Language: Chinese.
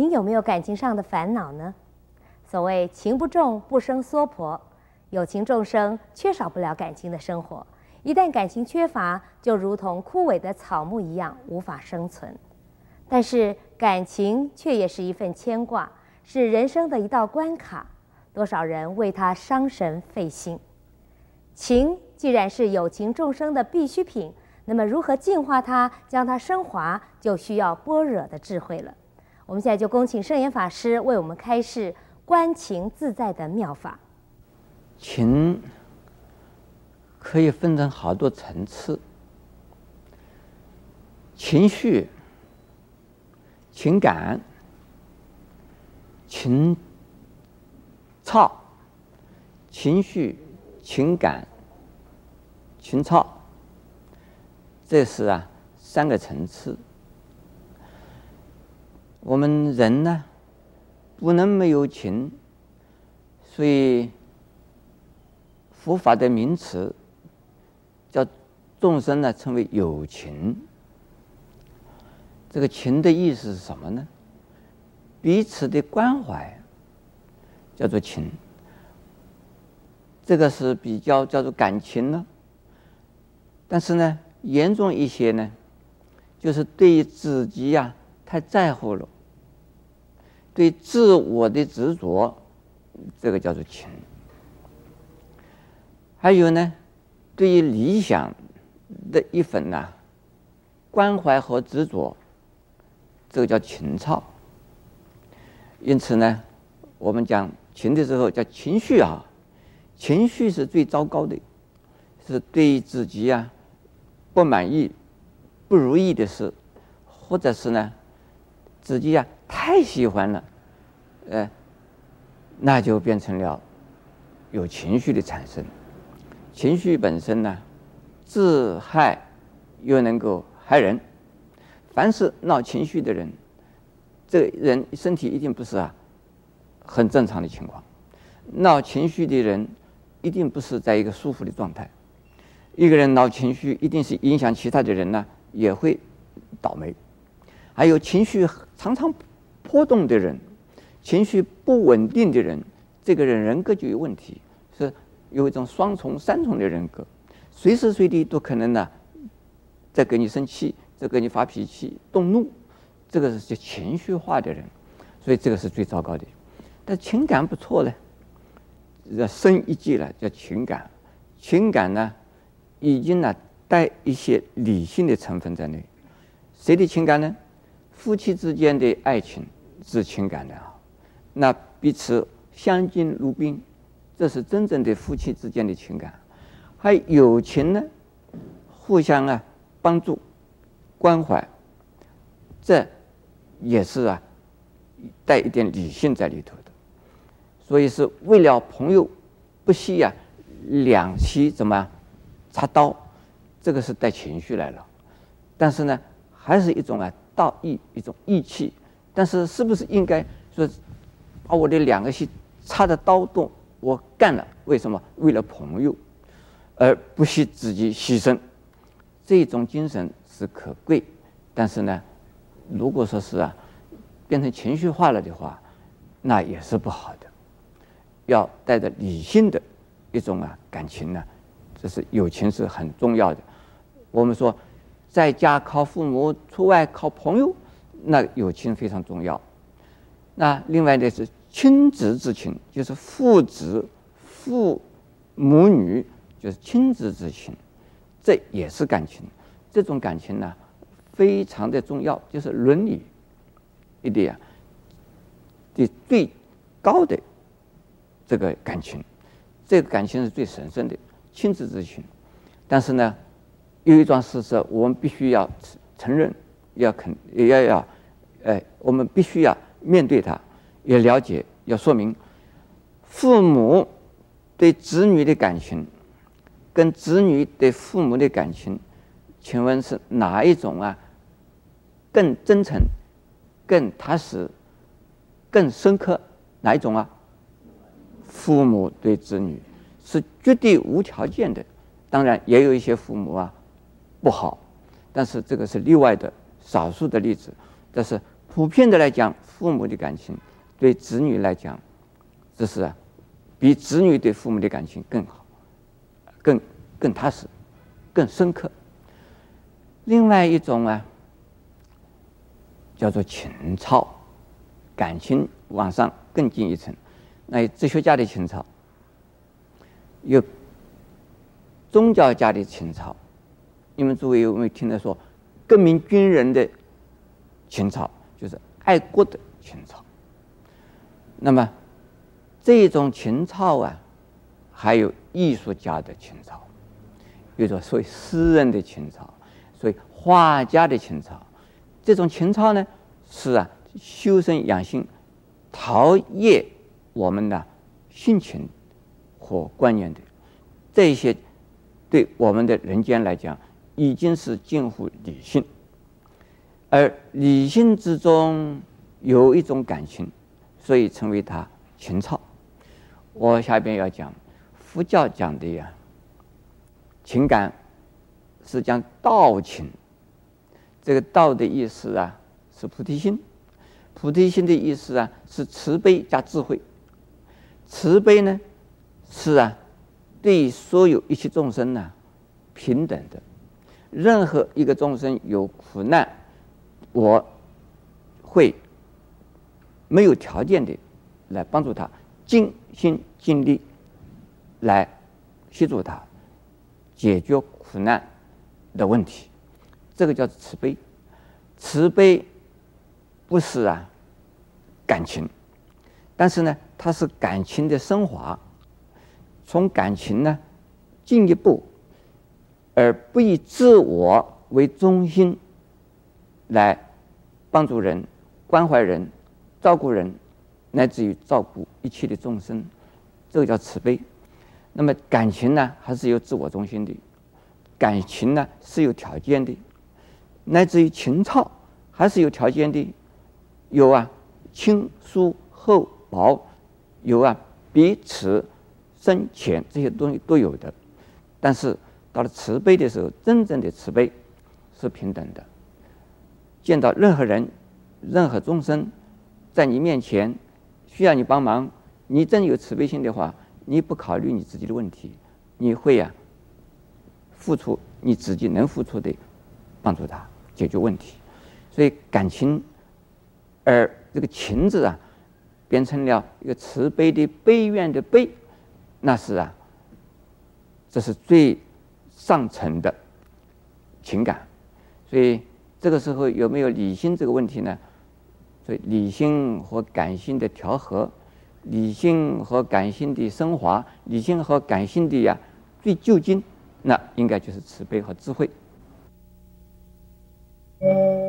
您有没有感情上的烦恼呢？所谓情不重不生娑婆，有情众生缺少不了感情的生活。一旦感情缺乏，就如同枯萎的草木一样，无法生存。但是感情却也是一份牵挂，是人生的一道关卡，多少人为它伤神费心。情既然是有情众生的必需品，那么如何净化它，将它升华，就需要般若的智慧了。我们现在就恭请圣严法师为我们开示观情自在的妙法。 情可以分成好多层次，情绪、情感、情操、情绪、情感、情操，这是三个层次。我们人呢，不能没有情，所以佛法的名词叫众生呢称为有情。这个情的意思是什么呢？彼此的关怀叫做情，这个是比较叫做感情呢。但是呢，严重一些呢，就是对于自己太在乎了，对自我的执着，这个叫做情。还有呢，对于理想的一份关怀和执着，这个叫情操。因此呢，我们讲情的时候叫情绪情绪是最糟糕的，是对于自己不满意、不如意的事，或者是呢自己太喜欢了，那就变成了有情绪的产生。情绪本身呢，自害又能够害人。凡是闹情绪的人，这个人身体一定不是很正常的情况。闹情绪的人一定不是在一个舒服的状态。一个人闹情绪，一定是影响其他的人呢，也会倒霉。还有情绪常常波动的人，情绪不稳定的人，这个人人格就有问题，是有一种双重、三重的人格，随时随地都可能在跟你生气，在跟你发脾气、动怒，这个是情绪化的人，所以这个是最糟糕的。但情感不错呢，升一级了，叫情感。情感呢，已经带一些理性的成分在内。谁的情感呢？夫妻之间的爱情是情感的那彼此相敬如宾，这是真正的夫妻之间的情感。还有友情呢，互相帮助、关怀，这也是带一点理性在里头的。所以是为了朋友，不惜两栖怎么插刀，这个是带情绪来了。但是呢，还是一种道义，一种义气。但是是不是应该说把我的两个心插的刀洞我干了？为什么？为了朋友，而不惜自己牺牲。这种精神是可贵，但是呢，如果说是变成情绪化了的话，那也是不好的。要带着理性的一种感情呢，这是友情是很重要的。我们说，在家靠父母，出外靠朋友，那友情非常重要。那另外呢是亲子之情，就是父子、父母女，就是亲子之情，这也是感情。这种感情呢，非常的重要，就是伦理一点的最高的这个感情，这个感情是最神圣的亲子之情。但是呢，有一桩事实我们必须要承认，我们必须要面对它，也了解，要说明父母对子女的感情跟子女对父母的感情，请问是哪一种更真诚、更踏实、更深刻？哪一种父母对子女是绝对无条件的。当然也有一些父母不好，但是这个是例外的少数的例子。但是普遍的来讲，父母的感情对子女来讲，这是比子女对父母的感情更好、更踏实、更深刻。另外一种叫做情操，感情往上更进一层。那有哲学家的情操，有宗教家的情操。你们诸位有没有听到说，革命军人的情操就是爱国的情操？那么这种情操还有艺术家的情操，有种所谓诗人的情操，所以画家的情操。这种情操呢，是修身养性、陶冶我们的性情和观念的。这些对我们的人间来讲，已经是近乎理性。而理性之中有一种感情，所以称为它情操。我下边要讲佛教讲的情感是讲道情。这个道的意思是菩提心，菩提心的意思是慈悲加智慧。慈悲呢是对所有一切众生平等的，任何一个众生有苦难，我会没有条件的来帮助他，尽心尽力来协助他解决苦难的问题。这个叫慈悲。慈悲不是感情，但是呢，它是感情的升华，从感情呢进一步，而不以自我为中心来帮助人、关怀人、照顾人，乃至于照顾一切的众生，这个叫慈悲。那么感情呢，还是有自我中心的，感情呢是有条件的，乃至于情操还是有条件的，有亲疏厚薄，有彼此深浅，这些东西都有的。但是到了慈悲的时候，真正的慈悲是平等的。见到任何人、任何众生在你面前需要你帮忙，你真有慈悲心的话，你不考虑你自己的问题，你会付出你自己能付出的，帮助他解决问题。所以感情，而这个情字变成了一个慈悲的悲愿的悲，那是这是最上层的情感。所以这个时候有没有理性这个问题呢？所以理性和感性的调和，理性和感性的升华，理性和感性的最究竟，那应该就是慈悲和智慧。